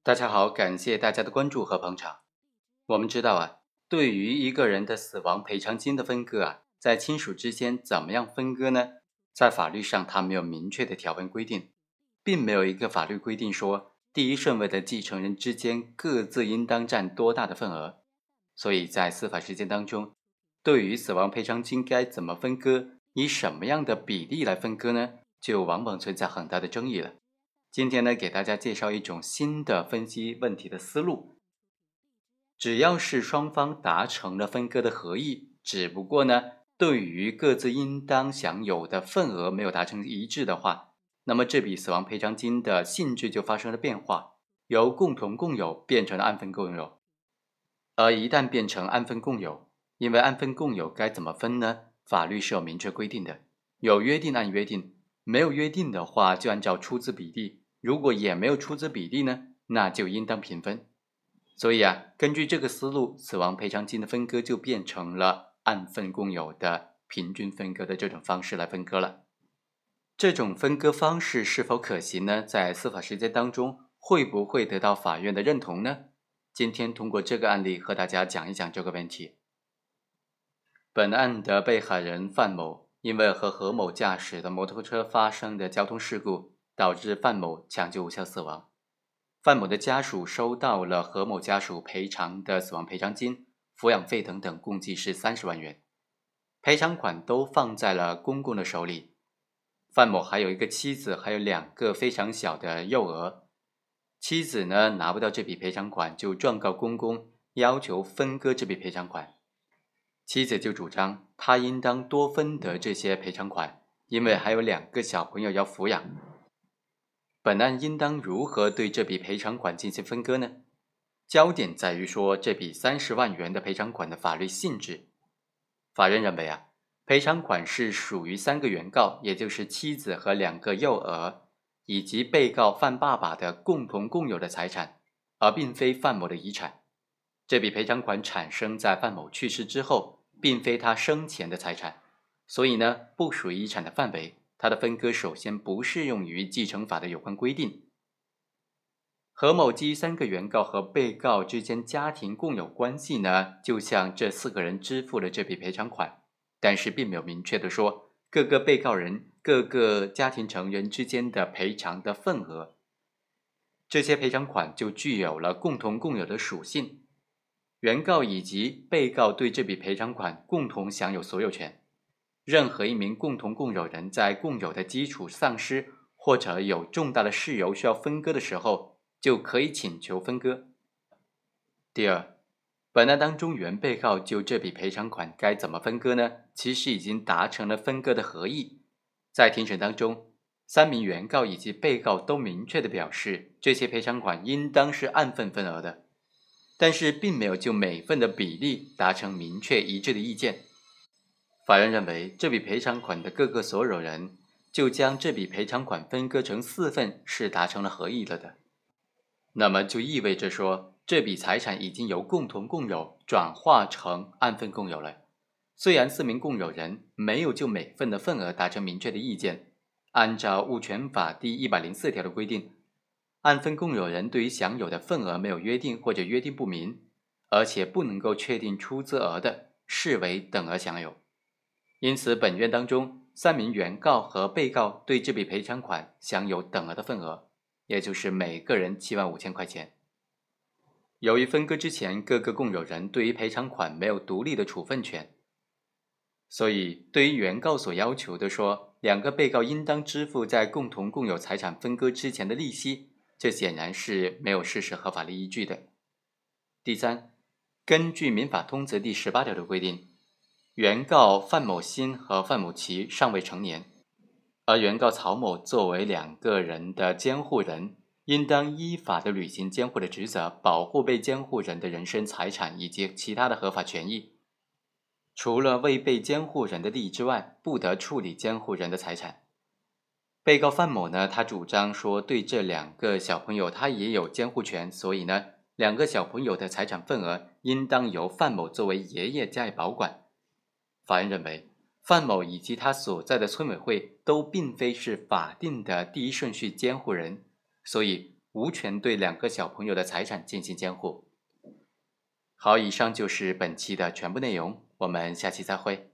大家好，感谢大家的关注和捧场。我们知道对于一个人的死亡赔偿金的分割在亲属之间怎么样分割呢？在法律上它没有明确的条文规定，并没有一个法律规定说第一顺位的继承人之间各自应当占多大的份额。所以在司法实践当中，对于死亡赔偿金该怎么分割，以什么样的比例来分割呢，就往往存在很大的争议了。今天呢，给大家介绍一种新的分析问题的思路。只要是双方达成了分割的合意，只不过呢，对于各自应当享有的份额没有达成一致的话，那么这笔死亡赔偿金的性质就发生了变化，由共同共有变成了按份共有。而一旦变成按份共有，因为按份共有该怎么分呢？法律是有明确规定的，有约定按约定，没有约定的话就按照出资比例。如果也没有出资比例呢，那就应当平分。所以根据这个思路，死亡赔偿金的分割就变成了按份共有的平均分割的这种方式来分割了。这种分割方式是否可行呢？在司法实践当中，会不会得到法院的认同呢？今天通过这个案例和大家讲一讲这个问题。本案的被害人范某因为和何某驾驶的摩托车发生的交通事故，导致范某抢救无效死亡。范某的家属收到了何某家属赔偿的死亡赔偿金、抚养费等等，共计是30万元。赔偿款都放在了公公的手里。范某还有一个妻子，还有2个非常小的幼儿。妻子呢拿不到这笔赔偿款，就状告公公，要求分割这笔赔偿款。妻子就主张他应当多分得这些赔偿款，因为还有2个小朋友要抚养。本案应当如何对这笔赔偿款进行分割呢？焦点在于说这笔30万元的赔偿款的法律性质。法院认为赔偿款是属于3个原告，也就是妻子和2个幼儿，以及被告范爸爸的共同共有的财产，而并非范某的遗产。这笔赔偿款产生在范某去世之后，并非他生前的财产，所以呢，不属于遗产的范围。它的分割首先不适用于继承法的有关规定。何某基于3个原告和被告之间家庭共有关系呢，就向这4个人支付了这笔赔偿款，但是并没有明确的说各个被告人、各个家庭成员之间的赔偿的份额。这些赔偿款就具有了共同共有的属性。原告以及被告对这笔赔偿款共同享有所有权。任何一名共同共有人在共有的基础丧失，或者有重大的事由需要分割的时候，就可以请求分割。第二，本案当中原被告就这笔赔偿款该怎么分割呢？其实已经达成了分割的合意。在庭审当中，3名原告以及被告都明确地表示，这些赔偿款应当是按份分额的，但是并没有就每份的比例达成明确一致的意见。法院认为，这笔赔偿款的各个所有人就将这笔赔偿款分割成4份是达成了合意了的。那么就意味着说，这笔财产已经由共同共有转化成按份共有了。虽然4名共有人没有就每份的份额达成明确的意见，按照物权法第104条的规定，按份共有人对于享有的份额没有约定或者约定不明，而且不能够确定出资额的，视为等额享有。因此本院当中3名原告和被告对这笔赔偿款享有等额的份额，也就是每个人75000块钱。由于分割之前各个共有人对于赔偿款没有独立的处分权，所以对于原告所要求的说2个被告应当支付在共同共有财产分割之前的利息，这显然是没有事实和法律依据的。第三，根据民法通则第18条的规定，原告范某新和范某琪尚未成年，而原告曹某作为2个人的监护人，应当依法的履行监护的职责，保护被监护人的人身财产以及其他的合法权益。除了为被监护人的利益之外，不得处理监护人的财产。被告范某呢，他主张说对这2个小朋友他也有监护权，所以呢2个小朋友的财产份额应当由范某作为爷爷加以保管。法院认为，范某以及他所在的村委会都并非是法定的第一顺序监护人，所以无权对两个小朋友的财产进行监护。好，以上就是本期的全部内容，我们下期再会。